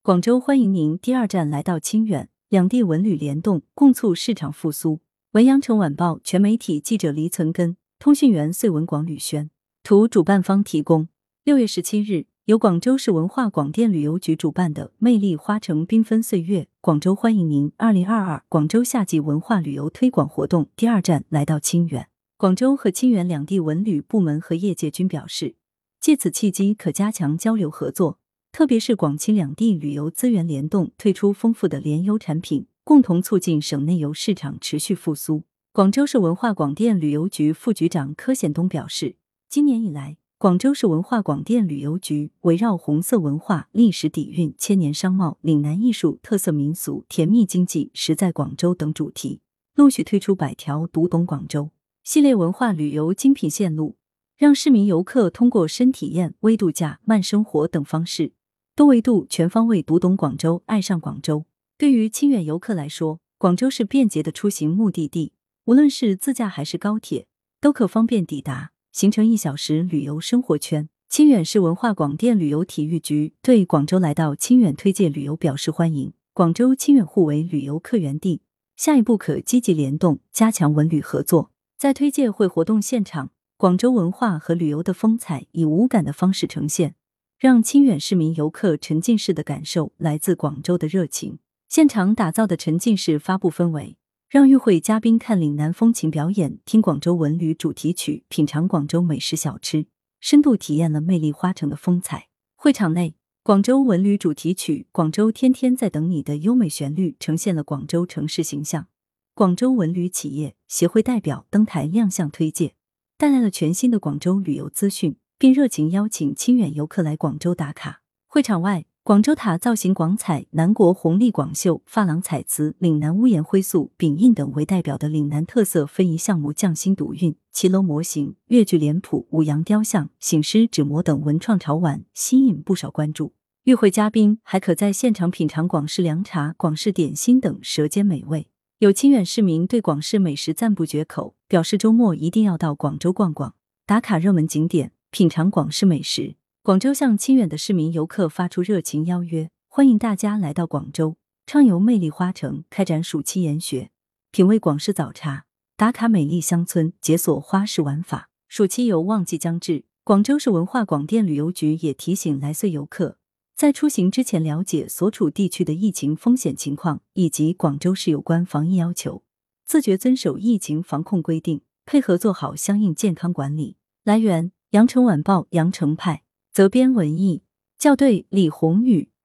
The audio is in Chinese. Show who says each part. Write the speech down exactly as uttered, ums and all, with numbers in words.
Speaker 1: 广州欢迎您第二站来到清远，两地文旅联动，共促市场复苏。文阳城晚报全媒体记者黎存根，通讯员穗文广吕轩，图主办方提供。六月十七日，由广州市文化广电旅游局主办的魅力花城缤纷岁月，广州欢迎您二零二二广州夏季文化旅游推广活动第二站来到清远。广州和清远两地文旅部门和业界均表示，借此契机可加强交流合作，特别是广清两地旅游资源联动，推出丰富的联游产品，共同促进省内游市场持续复苏。广州市文化广电旅游局副局长柯显东表示，今年以来，广州市文化广电旅游局围绕红色文化、历史底蕴、千年商贸、岭南艺术、特色民俗、甜蜜经济、实在广州等主题，陆续推出百条读懂广州系列文化旅游精品线路，让市民游客通过深体验、微度假、慢生活等方式，多维度全方位读懂广州，爱上广州。对于清远游客来说，广州是便捷的出行目的地，无论是自驾还是高铁，都可方便抵达，形成一小时旅游生活圈。清远市文化广电旅游体育局对广州来到清远推介旅游表示欢迎，广州清远互为旅游客源地，下一步可积极联动，加强文旅合作。在推介会活动现场，广州文化和旅游的风采以无感的方式呈现，让清远市民游客沉浸式的感受来自广州的热情。现场打造的沉浸式发布氛围，让与会嘉宾看岭南风情表演，听广州文旅主题曲，品尝广州美食小吃，深度体验了魅力花城的风采。会场内，广州文旅主题曲《广州天天在等你》的优美旋律呈现了广州城市形象。广州文旅企业协会代表登台亮相推介，带来了全新的广州旅游资讯，并热情邀请清远游客来广州打卡。会场外，广州塔造型广彩、南国红丽广绣、珐琅彩瓷、岭南屋檐灰塑、饼印等为代表的岭南特色非遗项目匠心独运，骑楼模型、越剧脸谱、五羊雕像、醒狮纸模等文创潮玩吸引不少关注。与会嘉宾还可在现场品尝广式凉茶、广式点心等舌尖美味。有清远市民对广式美食赞不绝口，表示周末一定要到广州逛逛，打卡热门景点，品尝广式美食。广州向清远的市民游客发出热情邀约，欢迎大家来到广州，畅游魅力花城，开展暑期研学，品味广式早茶，打卡美丽乡村，解锁花式玩法。暑期游旺季将至，广州市文化广电旅游局也提醒来穗游客，在出行之前了解所处地区的疫情风险情况以及广州市有关防疫要求，自觉遵守疫情防控规定，配合做好相应健康管理。来源：羊城晚报羊城派，责编文艺，校对李红宇。